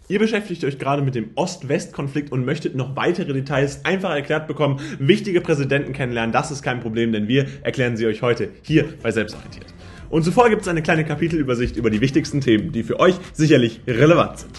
Ihr beschäftigt euch gerade mit dem Ost-West-Konflikt und möchtet noch weitere Details einfach erklärt bekommen, wichtige Präsidenten kennenlernen, das ist kein Problem, denn wir erklären sie euch heute hier bei Selbstorientiert. Und zuvor gibt es eine kleine Kapitelübersicht über die wichtigsten Themen, die für euch sicherlich relevant sind.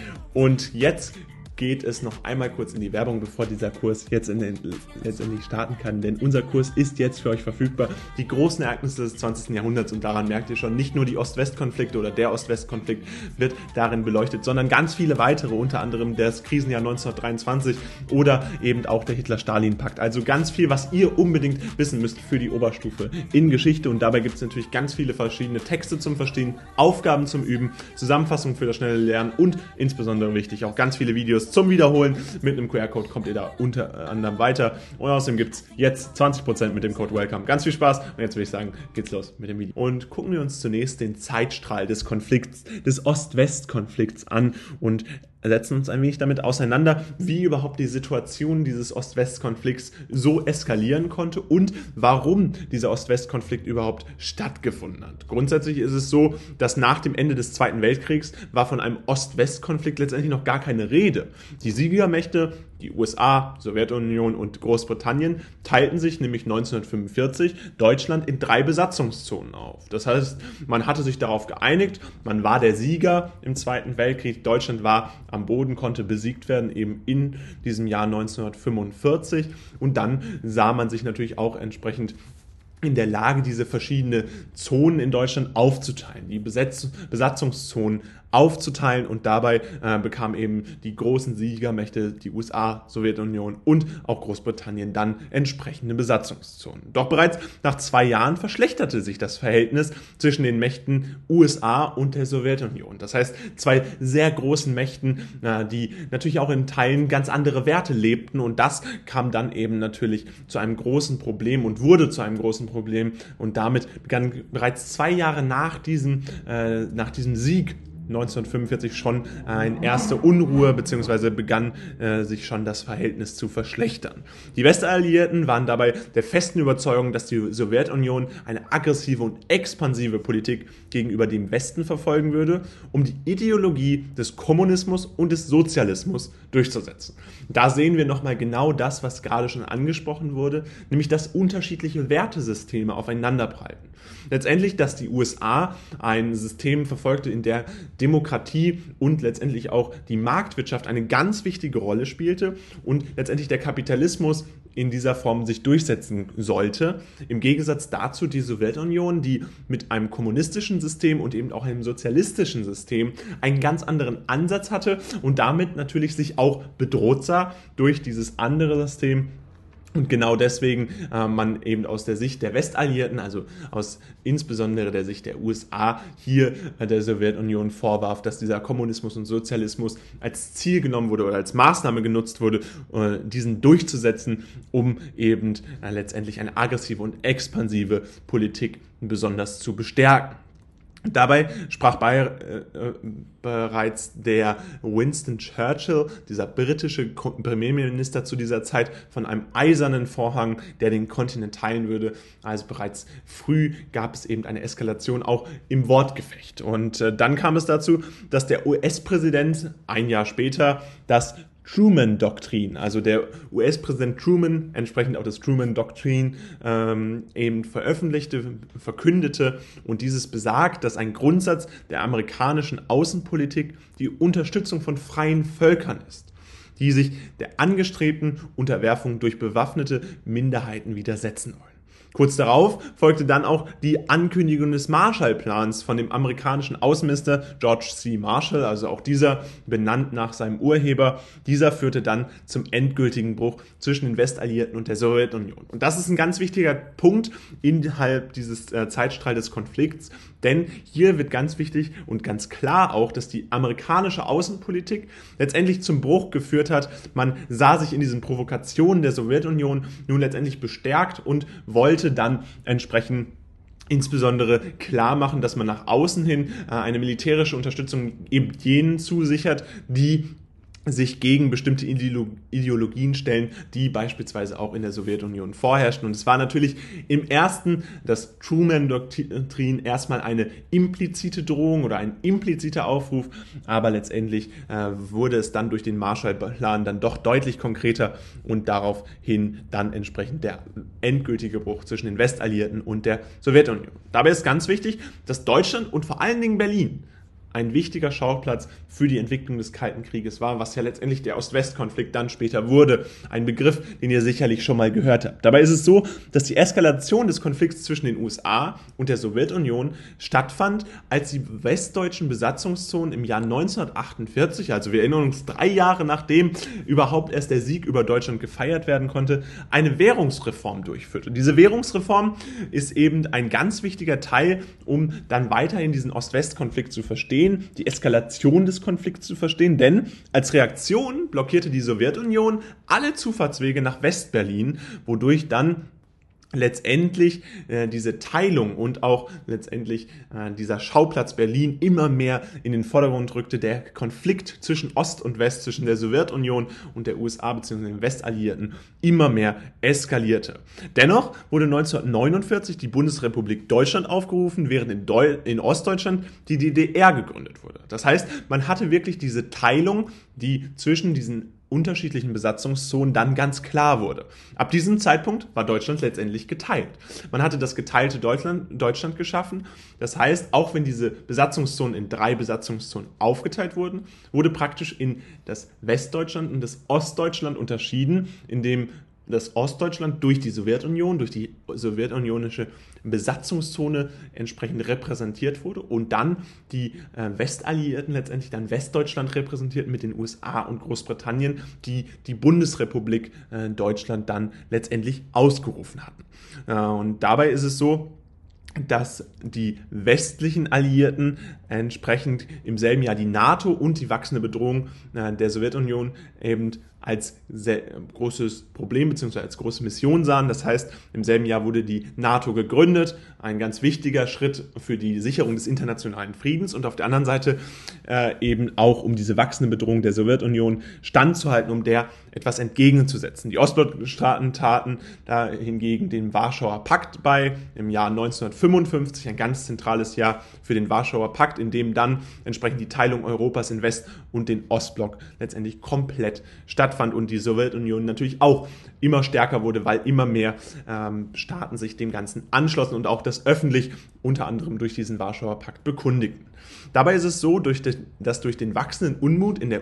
Und jetzt geht es noch einmal kurz in die Werbung, bevor dieser Kurs jetzt letztendlich starten kann, denn unser Kurs ist jetzt für euch verfügbar. Die großen Ereignisse des 20. Jahrhunderts, und daran merkt ihr schon, nicht nur die Ost-West-Konflikte oder der Ost-West-Konflikt wird darin beleuchtet, sondern ganz viele weitere, unter anderem das Krisenjahr 1923 oder eben auch der Hitler-Stalin-Pakt. Also ganz viel, was ihr unbedingt wissen müsst für die Oberstufe in Geschichte, und dabei gibt es natürlich ganz viele verschiedene Texte zum Verstehen, Aufgaben zum Üben, Zusammenfassungen für das schnelle Lernen und insbesondere wichtig auch ganz viele Videos zum Wiederholen. Mit einem QR-Code kommt ihr da unter anderem weiter. Und außerdem gibt es jetzt 20% mit dem Code WELCOME. Ganz viel Spaß. Und jetzt würde ich sagen, geht's los mit dem Video. Und gucken wir uns zunächst den Zeitstrahl des Konflikts, des Ost-West-Konflikts an und setzen uns ein wenig damit auseinander, wie überhaupt die Situation dieses Ost-West-Konflikts so eskalieren konnte und warum dieser Ost-West-Konflikt überhaupt stattgefunden hat. Grundsätzlich ist es so, dass nach dem Ende des Zweiten Weltkriegs war von einem Ost-West-Konflikt letztendlich noch gar keine Rede. Die Siegermächte, die USA, Sowjetunion und Großbritannien, teilten sich nämlich 1945 Deutschland in 3 Besatzungszonen auf. Das heißt, man hatte sich darauf geeinigt, man war der Sieger im Zweiten Weltkrieg, Deutschland war am Boden, konnte besiegt werden, eben in diesem Jahr 1945, und dann sah man sich natürlich auch entsprechend in der Lage, diese verschiedenen Zonen in Deutschland aufzuteilen, die Besatzungszonen aufzuteilen, und dabei bekamen eben die großen Siegermächte, die USA, Sowjetunion und auch Großbritannien, dann entsprechende Besatzungszonen. Doch bereits nach 2 Jahren verschlechterte sich das Verhältnis zwischen den Mächten USA und der Sowjetunion. Das heißt, 2 sehr großen Mächten, die natürlich auch in Teilen ganz andere Werte lebten, und das kam dann eben natürlich zu einem großen Problem und wurde zu einem großen Problem, und damit begann bereits 2 Jahre nach diesem Sieg 1945 schon eine erste Unruhe, beziehungsweise begann sich schon das Verhältnis zu verschlechtern. Die Westalliierten waren dabei der festen Überzeugung, dass die Sowjetunion eine aggressive und expansive Politik gegenüber dem Westen verfolgen würde, um die Ideologie des Kommunismus und des Sozialismus durchzusetzen. Da sehen wir nochmal genau das, was gerade schon angesprochen wurde, nämlich dass unterschiedliche Wertesysteme aufeinanderprallten. Letztendlich, dass die USA ein System verfolgte, in der Demokratie und letztendlich auch die Marktwirtschaft eine ganz wichtige Rolle spielte und letztendlich der Kapitalismus in dieser Form sich durchsetzen sollte. Im Gegensatz dazu die Sowjetunion, die mit einem kommunistischen System und eben auch einem sozialistischen System einen ganz anderen Ansatz hatte und damit natürlich sich auch bedroht sah durch dieses andere System. Und genau deswegen man eben aus der Sicht der Westalliierten, also aus insbesondere der Sicht der USA, hier der Sowjetunion vorwarf, dass dieser Kommunismus und Sozialismus als Ziel genommen wurde oder als Maßnahme genutzt wurde, diesen durchzusetzen, um eben letztendlich eine aggressive und expansive Politik besonders zu bestärken. Dabei sprach bereits der Winston Churchill, dieser britische Premierminister zu dieser Zeit, von einem eisernen Vorhang, der den Kontinent teilen würde. Also bereits früh gab es eben eine Eskalation auch im Wortgefecht. Und dann kam es dazu, dass der US-Präsident ein Jahr später das Truman-Doktrin, also der US-Präsident Truman, entsprechend auch das Truman-Doktrin, eben verkündete, und dieses besagt, dass ein Grundsatz der amerikanischen Außenpolitik die Unterstützung von freien Völkern ist, die sich der angestrebten Unterwerfung durch bewaffnete Minderheiten widersetzen wollen. Kurz darauf folgte dann auch die Ankündigung des Marshallplans von dem amerikanischen Außenminister George C. Marshall, also auch dieser benannt nach seinem Urheber. Dieser führte dann zum endgültigen Bruch zwischen den Westalliierten und der Sowjetunion. Und das ist ein ganz wichtiger Punkt innerhalb dieses Zeitstrahls des Konflikts, denn hier wird ganz wichtig und ganz klar auch, dass die amerikanische Außenpolitik letztendlich zum Bruch geführt hat. Man sah sich in diesen Provokationen der Sowjetunion nun letztendlich bestärkt und wollte dann entsprechend insbesondere klar machen, dass man nach außen hin eine militärische Unterstützung eben jenen zusichert, die sich gegen bestimmte Ideologien stellen, die beispielsweise auch in der Sowjetunion vorherrschten. Und es war natürlich im ersten, das Truman-Doktrin, erstmal eine implizite Drohung oder ein impliziter Aufruf, aber letztendlich wurde es dann durch den Marshallplan dann doch deutlich konkreter und daraufhin dann entsprechend der endgültige Bruch zwischen den Westalliierten und der Sowjetunion. Dabei ist ganz wichtig, dass Deutschland und vor allen Dingen Berlin ein wichtiger Schauplatz für die Entwicklung des Kalten Krieges war, was ja letztendlich der Ost-West-Konflikt dann später wurde. Ein Begriff, den ihr sicherlich schon mal gehört habt. Dabei ist es so, dass die Eskalation des Konflikts zwischen den USA und der Sowjetunion stattfand, als die westdeutschen Besatzungszonen im Jahr 1948, also wir erinnern uns 3 Jahre nachdem überhaupt erst der Sieg über Deutschland gefeiert werden konnte, eine Währungsreform durchführte. Diese Währungsreform ist eben ein ganz wichtiger Teil, um dann weiterhin diesen Ost-West-Konflikt zu verstehen, die Eskalation des Konflikts zu verstehen, denn als Reaktion blockierte die Sowjetunion alle Zufahrtswege nach Westberlin, wodurch dann letztendlich diese Teilung und auch letztendlich dieser Schauplatz Berlin immer mehr in den Vordergrund rückte, der Konflikt zwischen Ost und West, zwischen der Sowjetunion und der USA bzw. den Westalliierten immer mehr eskalierte. Dennoch wurde 1949 die Bundesrepublik Deutschland aufgerufen, während in Ostdeutschland die DDR gegründet wurde. Das heißt, man hatte wirklich diese Teilung, die zwischen diesen unterschiedlichen Besatzungszonen dann ganz klar wurde. Ab diesem Zeitpunkt war Deutschland letztendlich geteilt. Man hatte das geteilte Deutschland geschaffen. Das heißt, auch wenn diese Besatzungszonen in 3 Besatzungszonen aufgeteilt wurden, wurde praktisch in das Westdeutschland und das Ostdeutschland unterschieden, in dem das Ostdeutschland durch die sowjetunionische Besatzungszone entsprechend repräsentiert wurde und dann die Westalliierten letztendlich dann Westdeutschland repräsentierten mit den USA und Großbritannien, die die Bundesrepublik Deutschland dann letztendlich ausgerufen hatten. Und dabei ist es so, dass die westlichen Alliierten entsprechend im selben Jahr die NATO und die wachsende Bedrohung der Sowjetunion eben als sehr großes Problem bzw. als große Mission sahen. Das heißt, im selben Jahr wurde die NATO gegründet, ein ganz wichtiger Schritt für die Sicherung des internationalen Friedens und auf der anderen Seite eben auch um diese wachsende Bedrohung der Sowjetunion standzuhalten, um der etwas entgegenzusetzen. Die Ostblockstaaten taten da hingegen dem Warschauer Pakt bei im Jahr 1955, ein ganz zentrales Jahr für den Warschauer Pakt, in dem dann entsprechend die Teilung Europas in West- und den Ostblock letztendlich komplett stattfand und die Sowjetunion natürlich auch immer stärker wurde, weil immer mehr Staaten sich dem Ganzen anschlossen und auch das öffentlich unter anderem durch diesen Warschauer Pakt bekundigten. Dabei ist es so, dass durch den wachsenden Unmut in der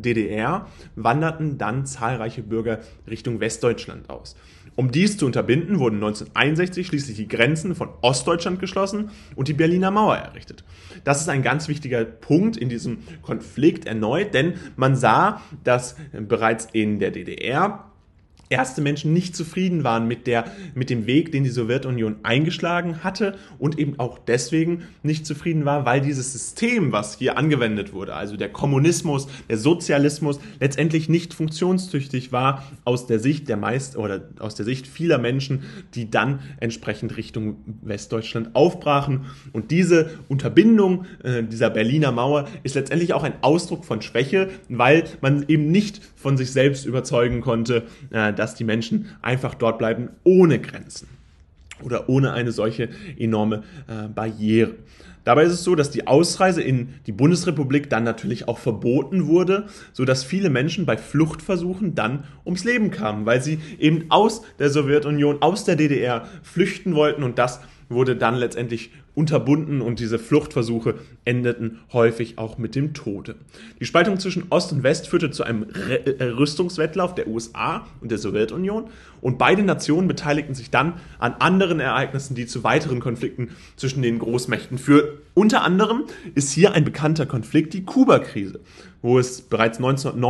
DDR wanderten dann zahlreiche Bürger Richtung Westdeutschland aus. Um dies zu unterbinden, wurden 1961 schließlich die Grenzen von Ostdeutschland geschlossen und die Berliner Mauer errichtet. Das ist ein ganz wichtiger Punkt in diesem Konflikt erneut, denn man sah, dass bereits in der DDR erste Menschen nicht zufrieden waren mit dem Weg, den die Sowjetunion eingeschlagen hatte und eben auch deswegen nicht zufrieden war, weil dieses System, was hier angewendet wurde, also der Kommunismus, der Sozialismus, letztendlich nicht funktionstüchtig war aus der Sicht aus der Sicht vieler Menschen, die dann entsprechend Richtung Westdeutschland aufbrachen. Und diese Unterbindung dieser Berliner Mauer ist letztendlich auch ein Ausdruck von Schwäche, weil man eben nicht von sich selbst überzeugen konnte, dass die Menschen einfach dort bleiben ohne Grenzen oder ohne eine solche enorme Barriere. Dabei ist es so, dass die Ausreise in die Bundesrepublik dann natürlich auch verboten wurde, sodass viele Menschen bei Fluchtversuchen dann ums Leben kamen, weil sie eben aus der Sowjetunion, aus der DDR flüchten wollten und das wurde dann letztendlich unterbunden und diese Fluchtversuche endeten häufig auch mit dem Tode. Die Spaltung zwischen Ost und West führte zu einem Rüstungswettlauf der USA und der Sowjetunion und beide Nationen beteiligten sich dann an anderen Ereignissen, die zu weiteren Konflikten zwischen den Großmächten führten. Unter anderem ist hier ein bekannter Konflikt die Kuba-Krise, wo es bereits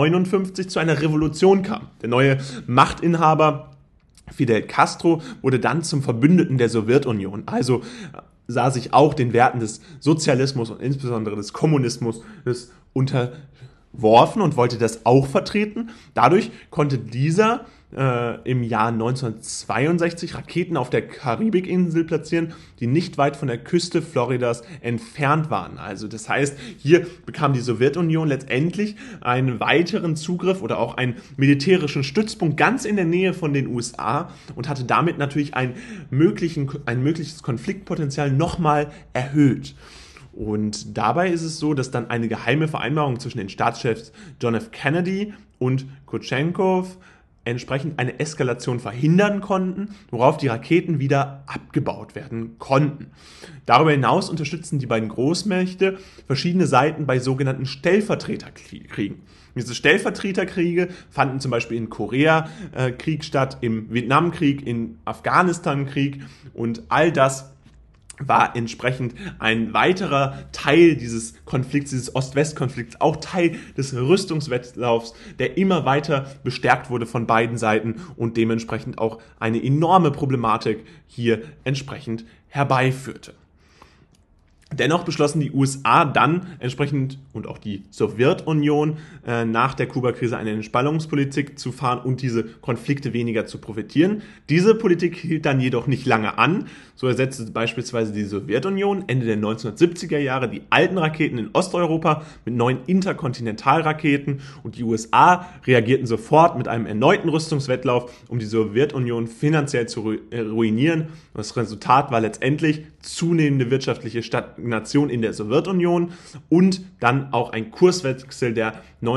1959 zu einer Revolution kam. Der neue Machtinhaber Fidel Castro wurde dann zum Verbündeten der Sowjetunion, also sah sich auch den Werten des Sozialismus und insbesondere des Kommunismus unterworfen und wollte das auch vertreten. Dadurch konnte dieser im Jahr 1962 Raketen auf der Karibikinsel platzieren, die nicht weit von der Küste Floridas entfernt waren. Also das heißt, hier bekam die Sowjetunion letztendlich einen weiteren Zugriff oder auch einen militärischen Stützpunkt ganz in der Nähe von den USA und hatte damit natürlich ein mögliches Konfliktpotenzial nochmal erhöht. Und dabei ist es so, dass dann eine geheime Vereinbarung zwischen den Staatschefs John F. Kennedy und Khrushchev entsprechend eine Eskalation verhindern konnten, worauf die Raketen wieder abgebaut werden konnten. Darüber hinaus unterstützten die beiden Großmächte verschiedene Seiten bei sogenannten Stellvertreterkriegen. Diese Stellvertreterkriege fanden zum Beispiel im Koreakrieg statt, im Vietnamkrieg, im Afghanistankrieg und all das war entsprechend ein weiterer Teil dieses Konflikts, dieses Ost-West-Konflikts, auch Teil des Rüstungswettlaufs, der immer weiter bestärkt wurde von beiden Seiten und dementsprechend auch eine enorme Problematik hier entsprechend herbeiführte. Dennoch beschlossen die USA dann entsprechend und auch die Sowjetunion nach der Kuba-Krise eine Entspannungspolitik zu fahren und diese Konflikte weniger zu profitieren. Diese Politik hielt dann jedoch nicht lange an. So ersetzte beispielsweise die Sowjetunion Ende der 1970er Jahre die alten Raketen in Osteuropa mit neuen Interkontinentalraketen und die USA reagierten sofort mit einem erneuten Rüstungswettlauf, um die Sowjetunion finanziell zu ruinieren. Das Resultat war letztendlich zunehmende wirtschaftliche Stagnation in der Sowjetunion und dann auch ein Kurswechsel, der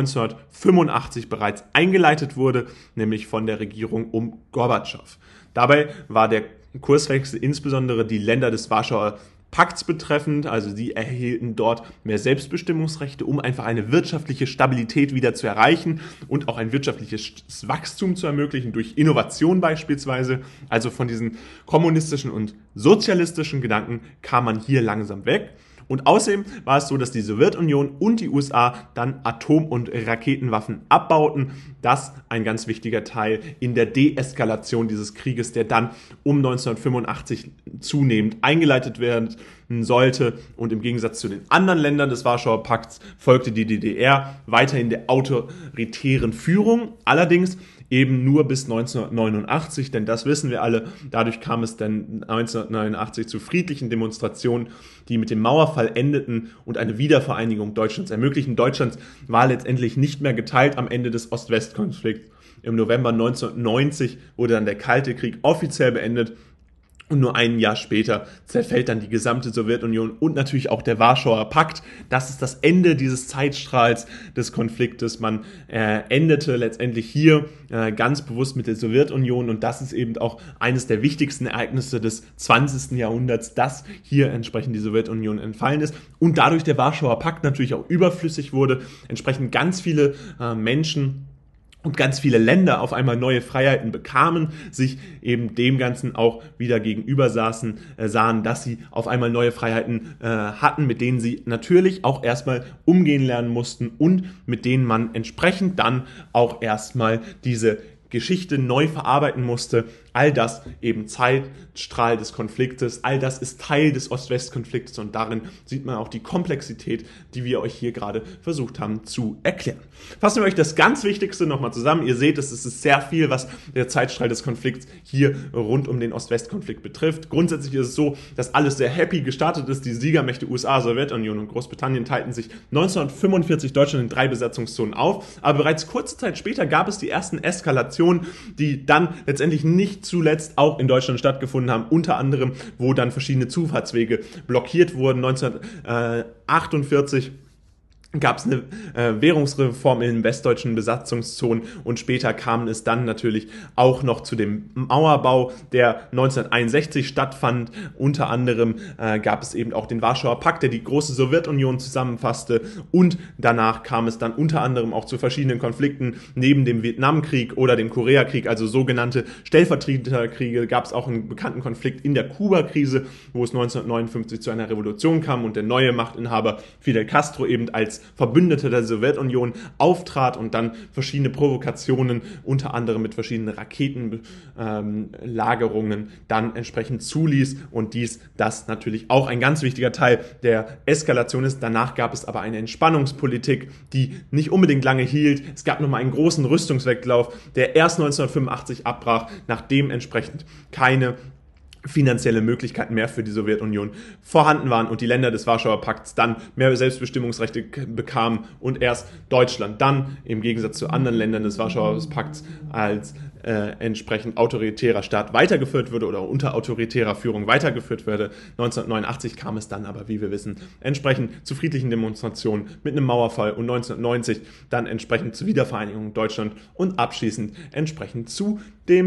1985 bereits eingeleitet wurde, nämlich von der Regierung um Gorbatschow. Dabei war der Kurswechsel insbesondere die Länder des Warschauer Pakts betreffend, also sie erhielten dort mehr Selbstbestimmungsrechte, um einfach eine wirtschaftliche Stabilität wieder zu erreichen und auch ein wirtschaftliches Wachstum zu ermöglichen, durch Innovation beispielsweise. Also von diesen kommunistischen und sozialistischen Gedanken kam man hier langsam weg. Und außerdem war es so, dass die Sowjetunion und die USA dann Atom- und Raketenwaffen abbauten. Das ein ganz wichtiger Teil in der Deeskalation dieses Krieges, der dann um 1985 zunehmend eingeleitet werden sollte. Und im Gegensatz zu den anderen Ländern des Warschauer Pakts folgte die DDR weiterhin der autoritären Führung. Allerdings eben nur bis 1989, denn das wissen wir alle. Dadurch kam es dann 1989 zu friedlichen Demonstrationen, die mit dem Mauerfall endeten und eine Wiedervereinigung Deutschlands ermöglichen. Deutschland war letztendlich nicht mehr geteilt am Ende des Ost-West-Konflikts. Im November 1990 wurde dann der Kalte Krieg offiziell beendet. Und nur ein Jahr später zerfällt dann die gesamte Sowjetunion und natürlich auch der Warschauer Pakt. Das ist das Ende dieses Zeitstrahls des Konfliktes. Man endete letztendlich hier ganz bewusst mit der Sowjetunion und das ist eben auch eines der wichtigsten Ereignisse des 20. Jahrhunderts, dass hier entsprechend die Sowjetunion entfallen ist und dadurch der Warschauer Pakt natürlich auch überflüssig wurde. Entsprechend ganz viele Menschen und ganz viele Länder auf einmal neue Freiheiten bekamen, sich eben dem Ganzen auch wieder gegenüber sahen, dass sie auf einmal neue Freiheiten hatten, mit denen sie natürlich auch erstmal umgehen lernen mussten und mit denen man entsprechend dann auch erstmal diese Geschichte neu verarbeiten musste. All das eben Zeitstrahl des Konfliktes, all das ist Teil des Ost-West-Konfliktes und darin sieht man auch die Komplexität, die wir euch hier gerade versucht haben zu erklären. Fassen wir euch das ganz Wichtigste nochmal zusammen. Ihr seht, es ist sehr viel, was der Zeitstrahl des Konflikts hier rund um den Ost-West-Konflikt betrifft. Grundsätzlich ist es so, dass alles sehr happy gestartet ist. Die Siegermächte USA, Sowjetunion und Großbritannien teilten sich 1945 Deutschland in 3 Besatzungszonen auf, aber bereits kurze Zeit später gab es die ersten Eskalationen, die dann letztendlich nicht zuletzt auch in Deutschland stattgefunden haben, unter anderem, wo dann verschiedene Zufahrtswege blockiert wurden. 1948 gab es eine Währungsreform in den westdeutschen Besatzungszonen und später kam es dann natürlich auch noch zu dem Mauerbau, der 1961 stattfand. Unter anderem gab es eben auch den Warschauer Pakt, der die große Sowjetunion zusammenfasste und danach kam es dann unter anderem auch zu verschiedenen Konflikten neben dem Vietnamkrieg oder dem Koreakrieg, also sogenannte Stellvertreterkriege. Gab es auch einen bekannten Konflikt in der Kuba-Krise, wo es 1959 zu einer Revolution kam und der neue Machtinhaber Fidel Castro eben als als Verbündeter der Sowjetunion auftrat und dann verschiedene Provokationen, unter anderem mit verschiedenen Raketenlagerungen, dann entsprechend zuließ und das natürlich auch ein ganz wichtiger Teil der Eskalation ist. Danach gab es aber eine Entspannungspolitik, die nicht unbedingt lange hielt. Es gab nochmal einen großen Rüstungswettlauf, der erst 1985 abbrach, nachdem entsprechend keine finanzielle Möglichkeiten mehr für die Sowjetunion vorhanden waren und die Länder des Warschauer Pakts dann mehr Selbstbestimmungsrechte bekamen und erst Deutschland dann im Gegensatz zu anderen Ländern des Warschauer Pakts als entsprechend autoritärer Staat weitergeführt wurde oder unter autoritärer Führung weitergeführt wurde. 1989 kam es dann aber, wie wir wissen, entsprechend zu friedlichen Demonstrationen mit einem Mauerfall und 1990 dann entsprechend zur Wiedervereinigung Deutschland und abschließend entsprechend zu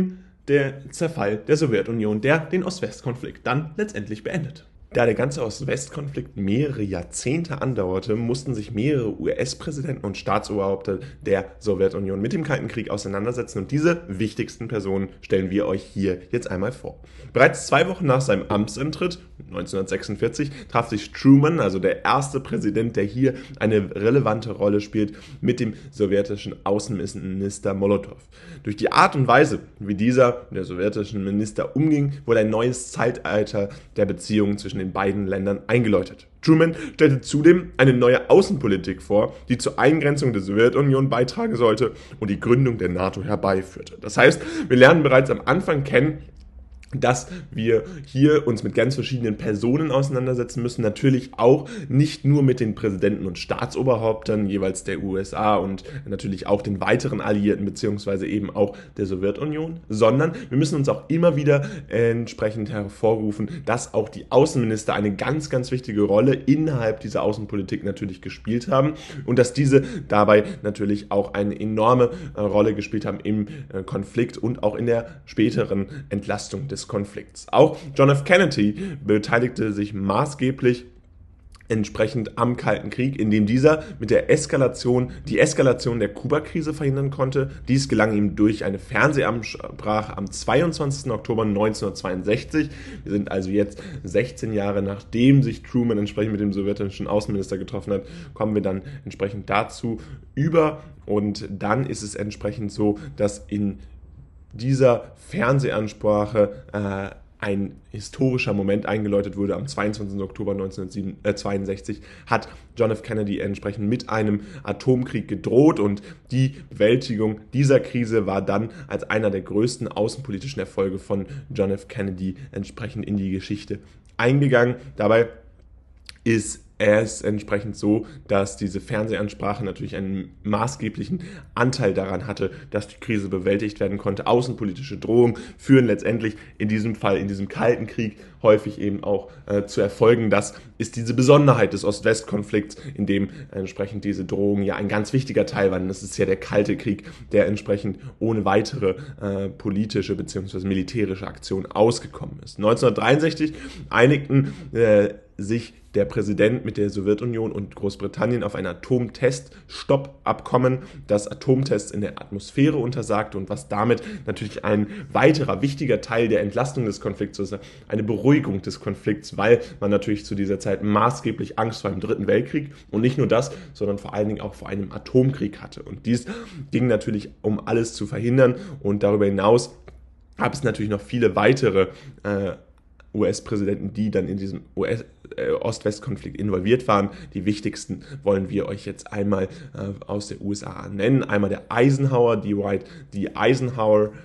der Zerfall der Sowjetunion, der den Ost-West-Konflikt dann letztendlich beendet. Da der ganze Ost-West-Konflikt mehrere Jahrzehnte andauerte, mussten sich mehrere US-Präsidenten und Staatsoberhäupter der Sowjetunion mit dem Kalten Krieg auseinandersetzen und diese wichtigsten Personen stellen wir euch hier jetzt einmal vor. Bereits 2 Wochen nach seinem Amtsantritt, 1946, traf sich Truman, also der erste Präsident, der hier eine relevante Rolle spielt, mit dem sowjetischen Außenminister Molotow. Durch die Art und Weise, wie dieser, der sowjetischen Minister, umging, wurde ein neues Zeitalter der Beziehungen zwischen den beiden Ländern eingeläutet. Truman stellte zudem eine neue Außenpolitik vor, die zur Eingrenzung der Sowjetunion beitragen sollte und die Gründung der NATO herbeiführte. Das heißt, wir lernen bereits am Anfang kennen, dass wir hier uns mit ganz verschiedenen Personen auseinandersetzen müssen. Natürlich auch nicht nur mit den Präsidenten und Staatsoberhäuptern jeweils der USA und natürlich auch den weiteren Alliierten beziehungsweise eben auch der Sowjetunion, sondern wir müssen uns auch immer wieder entsprechend hervorrufen, dass auch die Außenminister eine ganz, ganz wichtige Rolle innerhalb dieser Außenpolitik natürlich gespielt haben und dass diese dabei natürlich auch eine enorme Rolle gespielt haben im Konflikt und auch in der späteren Entlastung des Konflikts. Auch John F. Kennedy beteiligte sich maßgeblich entsprechend am Kalten Krieg, indem dieser mit die Eskalation der Kuba-Krise verhindern konnte. Dies gelang ihm durch eine Fernsehansprache am 22. Oktober 1962. Wir sind also jetzt 16 Jahre nachdem sich Truman entsprechend mit dem sowjetischen Außenminister getroffen hat, kommen wir dann entsprechend dazu über und dann ist es entsprechend so, dass in dieser Fernsehansprache ein historischer Moment eingeläutet wurde. Am 22. Oktober 1962 hat John F. Kennedy entsprechend mit einem Atomkrieg gedroht und die Bewältigung dieser Krise war dann als einer der größten außenpolitischen Erfolge von John F. Kennedy entsprechend in die Geschichte eingegangen. Dabei ist es entsprechend so, dass diese Fernsehansprache natürlich einen maßgeblichen Anteil daran hatte, dass die Krise bewältigt werden konnte. Außenpolitische Drohungen führen letztendlich in diesem Fall, in diesem Kalten Krieg, häufig eben auch zu Erfolgen. Das ist diese Besonderheit des Ost-West-Konflikts, in dem entsprechend diese Drohungen ja ein ganz wichtiger Teil waren. Das ist ja der Kalte Krieg, der entsprechend ohne weitere politische bzw. militärische Aktion ausgekommen ist. 1963 einigten sich der Präsident mit der Sowjetunion und Großbritannien auf ein Atomtest-Stopp-Abkommen, das Atomtests in der Atmosphäre untersagte und was damit natürlich ein weiterer wichtiger Teil der Entlastung des Konflikts ist, eine Beruhigung des Konflikts, weil man natürlich zu dieser Zeit maßgeblich Angst vor einem Dritten Weltkrieg und nicht nur das, sondern vor allen Dingen auch vor einem Atomkrieg hatte. Und dies ging natürlich, um alles zu verhindern und darüber hinaus gab es natürlich noch viele weitere US-Präsidenten, die dann in diesem Ost-West-Konflikt involviert waren. Die wichtigsten wollen wir euch jetzt einmal aus der USA nennen. Einmal der Eisenhower, die Eisenhower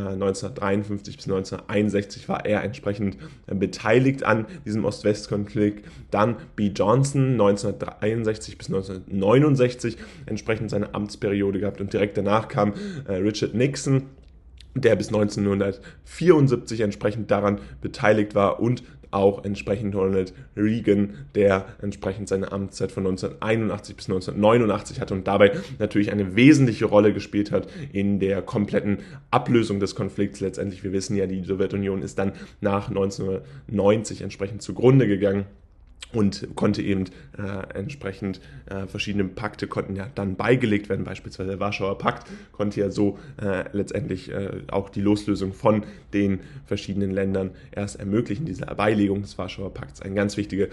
1953 bis 1961 war er entsprechend beteiligt an diesem Ost-West-Konflikt. Dann B. Johnson 1963 bis 1969 entsprechend seine Amtsperiode gehabt und direkt danach kam Richard Nixon, der bis 1974 entsprechend daran beteiligt war und auch entsprechend Ronald Reagan, der entsprechend seine Amtszeit von 1981 bis 1989 hatte und dabei natürlich eine wesentliche Rolle gespielt hat in der kompletten Ablösung des Konflikts. Letztendlich, wir wissen ja, die Sowjetunion ist dann nach 1990 entsprechend zugrunde gegangen. und konnte eben entsprechend verschiedene Pakte konnten ja dann beigelegt werden, beispielsweise der Warschauer Pakt konnte ja so letztendlich auch die Loslösung von den verschiedenen Ländern erst ermöglichen. Diese Beilegung des Warschauer Pakts, ein ganz wichtiger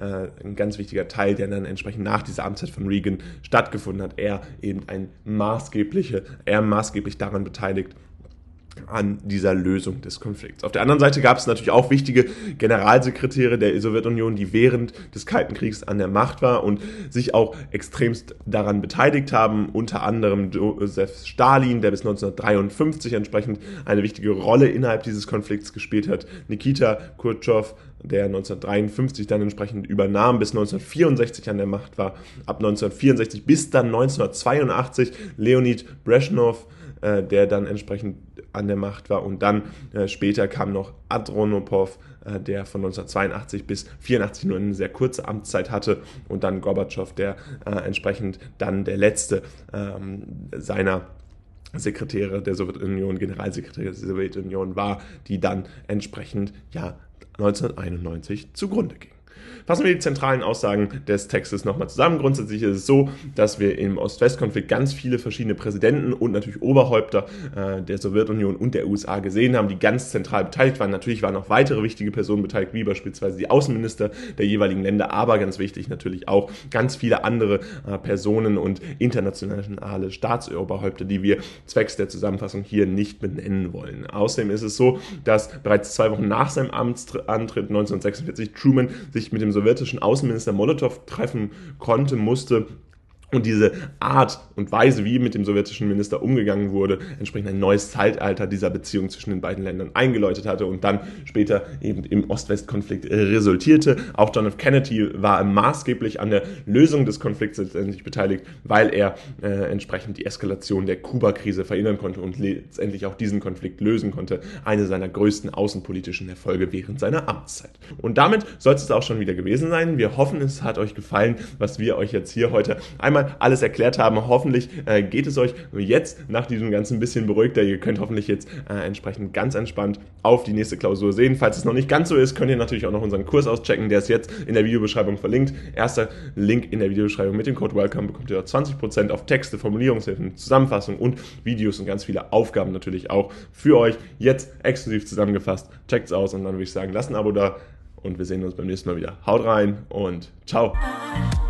Teil, der dann entsprechend nach dieser Amtszeit von Reagan stattgefunden hat. Er maßgeblich daran beteiligt, an dieser Lösung des Konflikts. Auf der anderen Seite gab es natürlich auch wichtige Generalsekretäre der Sowjetunion, die während des Kalten Kriegs an der Macht war und sich auch extremst daran beteiligt haben, unter anderem Josef Stalin, der bis 1953 entsprechend eine wichtige Rolle innerhalb dieses Konflikts gespielt hat, Nikita Khrushchev, der 1953 dann entsprechend übernahm, bis 1964 an der Macht war, ab 1964 bis dann 1982 Leonid Brezhnev, der dann entsprechend an der Macht war, und dann später kam noch Andropov, der von 1982 bis 1984 nur eine sehr kurze Amtszeit hatte, und dann Gorbatschow, der entsprechend dann der letzte seiner Sekretäre der Sowjetunion, Generalsekretär der Sowjetunion war, die dann entsprechend 1991 zugrunde ging. Fassen wir die zentralen Aussagen des Textes nochmal zusammen. Grundsätzlich ist es so, dass wir im Ost-West-Konflikt ganz viele verschiedene Präsidenten und natürlich Oberhäupter der Sowjetunion und der USA gesehen haben, die ganz zentral beteiligt waren. Natürlich waren auch weitere wichtige Personen beteiligt, wie beispielsweise die Außenminister der jeweiligen Länder, aber ganz wichtig natürlich auch ganz viele andere Personen und internationale Staatsoberhäupter, die wir zwecks der Zusammenfassung hier nicht benennen wollen. Außerdem ist es so, dass bereits 2 Wochen nach seinem Amtsantritt 1946 Truman sich mit dem sowjetischen Außenminister Molotow treffen musste. Und diese Art und Weise, wie mit dem sowjetischen Minister umgegangen wurde, entsprechend ein neues Zeitalter dieser Beziehung zwischen den beiden Ländern eingeläutet hatte und dann später eben im Ost-West-Konflikt resultierte. Auch John F. Kennedy war maßgeblich an der Lösung des Konflikts letztendlich beteiligt, weil er entsprechend die Eskalation der Kuba-Krise verhindern konnte und letztendlich auch diesen Konflikt lösen konnte. Eine seiner größten außenpolitischen Erfolge während seiner Amtszeit. Und damit soll es auch schon wieder gewesen sein. Wir hoffen, es hat euch gefallen, was wir euch jetzt hier heute einmal alles erklärt haben. Hoffentlich geht es euch jetzt nach diesem ganzen bisschen beruhigter. Ihr könnt hoffentlich jetzt entsprechend ganz entspannt auf die nächste Klausur sehen. Falls es noch nicht ganz so ist, könnt ihr natürlich auch noch unseren Kurs auschecken. Der ist jetzt in der Videobeschreibung verlinkt. Erster Link in der Videobeschreibung mit dem Code WELCOME bekommt ihr dort 20% auf Texte, Formulierungshilfen, Zusammenfassung und Videos und ganz viele Aufgaben natürlich auch für euch jetzt exklusiv zusammengefasst. Checkt's aus und dann würde ich sagen, lasst ein Abo da und wir sehen uns beim nächsten Mal wieder. Haut rein und ciao!